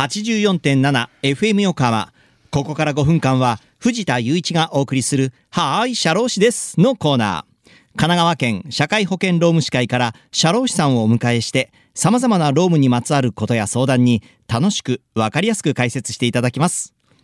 84.7FM 横浜。ここから5分間は藤田雄一がお送りするはーい社労士ですのコーナー。神奈川県社会保険労務士会から社労士さんをお迎えして様々な労務にまつわることや相談に楽しくわかりやすく解説していただきます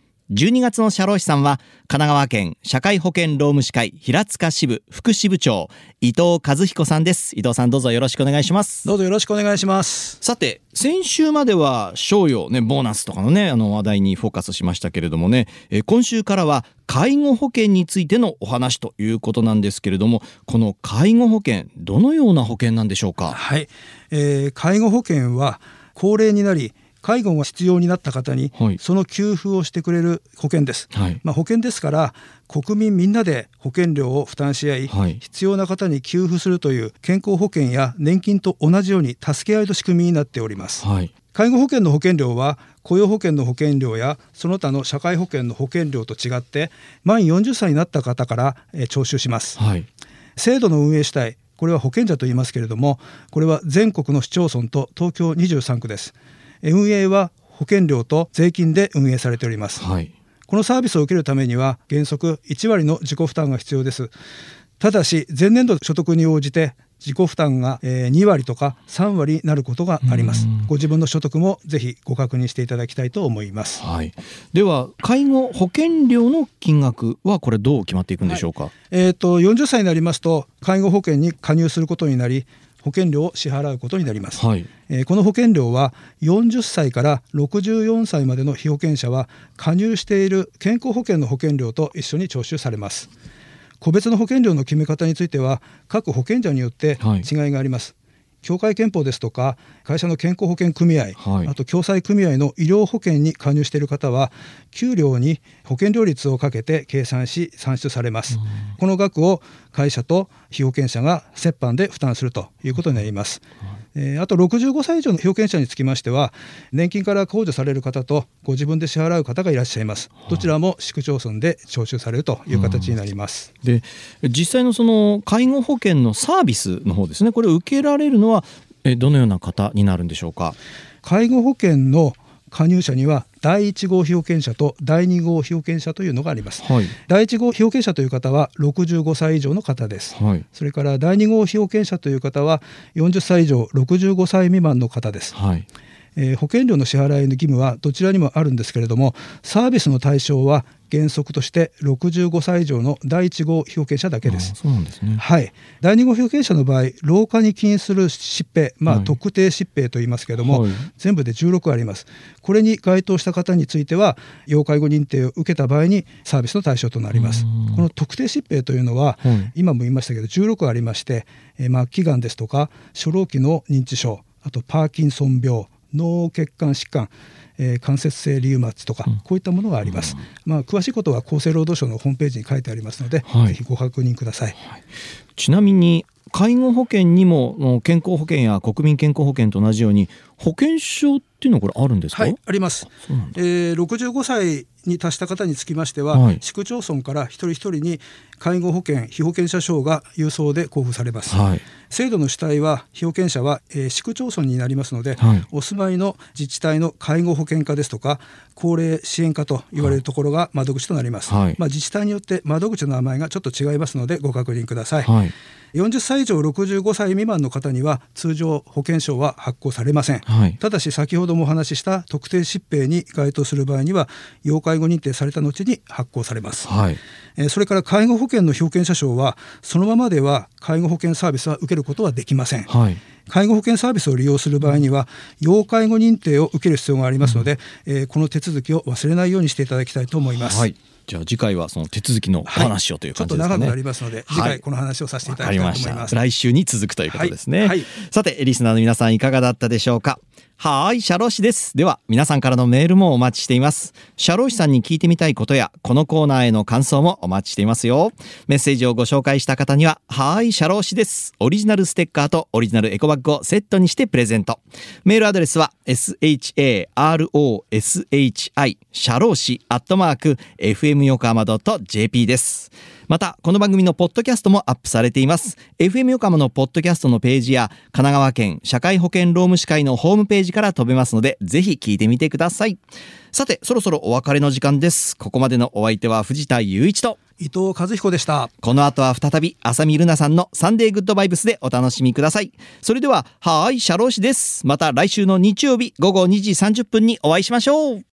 。12月の社労士さんは神奈川県社会保険労務士会平塚支部副支部長伊藤和彦さんです。伊藤さん、どうぞよろしくお願いします。 どうぞよろしくお願いします。 さて、先週までは賞与ね、ボーナスとかのね話題にフォーカスしましたけれどもね、今週からは介護保険についてのお話ということなんですけれども、この介護保険、どのような保険なんでしょうか。 はい、介護保険は高齢になり介護が必要になった方にその給付をしてくれる保険です、保険ですから国民みんなで保険料を負担し合い、必要な方に給付するという健康保険や年金と同じように助け合いの仕組みになっております、介護保険の保険料は雇用保険の保険料やその他の社会保険の保険料と違って満40歳になった方から徴収します、制度の運営主体、これは保険者と言いますけれども、これは全国の市町村と東京23区です。運営は保険料と税金で運営されております、このサービスを受けるためには原則1割の自己負担が必要です。ただし前年度所得に応じて自己負担が2割とか3割になることがあります。ご自分の所得もぜひご確認していただきたいと思います、 では介護保険料の金額はこれどう決まっていくんでしょうか。 40歳になりますと介護保険に加入することになり保険料を支払うことになります、この保険料は40歳から64歳までの被保険者は加入している健康保険の保険料と一緒に徴収されます。個別の保険料の決め方については各保険者によって違いがあります、協会憲法ですとか会社の健康保険組合、あと共済組合の医療保険に加入している方は給料に保険料率をかけて計算し算出されます、この額を会社と被保険者が折半で負担するということになります、あと65歳以上の被保険者につきましては年金から控除される方とご自分で支払う方がいらっしゃいます。どちらも市区町村で徴収されるという形になります、 で実際のその介護保険のサービスの方ですね、これを受けられるのはどのような方になるんでしょうか。 介護保険の加入者には第1号被保険者と第2号被保険者というのがあります、第1号被保険者という方は65歳以上の方です、それから第2号被保険者という方は40歳以上65歳未満の方です、保険料の支払いの義務はどちらにもあるんですけれども、サービスの対象は原則として65歳以上の第1号被保険者だけです。 そうなんですね。 第2号被保険者の場合老化に起因する疾病、特定疾病と言いますけれども、全部で16あります。これに該当した方については要介護認定を受けた場合にサービスの対象となります。この特定疾病というのは、今も言いましたけど16ありまして、末期がんですとか初老期の認知症、あとパーキンソン病、脳血管疾患、関節性リウマチとか、こういったものがあります、詳しいことは厚生労働省のホームページに書いてありますので、ぜひご確認ください、 ちなみに介護保険にも健康保険や国民健康保険と同じように保険証っていうのはこれあるんですか。 あります。65歳に達した方につきましては、市区町村から一人一人に介護保険被保険者証が郵送で交付されます、制度の主体は被保険者は、市区町村になりますので、お住まいの自治体の介護保険課ですとか高齢支援課と言われるところが窓口となります、自治体によって窓口の名前がちょっと違いますのでご確認ください、40歳以上65歳未満の方には通常保険証は発行されません、ただし先ほどもお話しした特定疾病に該当する場合には要介護認定された後に発行されます、それから介護保険の被保険者証はそのままでは介護保険サービスは受けることはできません、介護保険サービスを利用する場合には要介護認定を受ける必要がありますので、この手続きを忘れないようにしていただきたいと思います、 じゃあ次回はその手続きのお話をという感じですかね。 ちょっと長くなりますので、次回この話をさせていただきたいと思います。 来週に続くということですね、さてリスナーの皆さんいかがだったでしょうか。はい、社労士です。では皆さんからのメールもお待ちしています。社労士さんに聞いてみたいことやこのコーナーへの感想もお待ちしていますよ。メッセージをご紹介した方にははい、社労士です、オリジナルステッカーとオリジナルエコバッグをセットにしてプレゼント。メールアドレスは sharoshi 社労士@fmyokohama.jp です。 またこの番組のポッドキャストもアップされています。 FM 横浜のポッドキャストのページや神奈川県社会保険労務士会のホームページから飛べますので、ぜひ聞いてみてください。さて、そろそろお別れの時間です。ここまでのお相手は藤田雄一と伊藤和彦でした。 この後は再び浅見ルナさんのサンデーグッドバイブスでお楽しみください。それでは、はーい、社労士です。また来週の日曜日午後2時30分にお会いしましょう。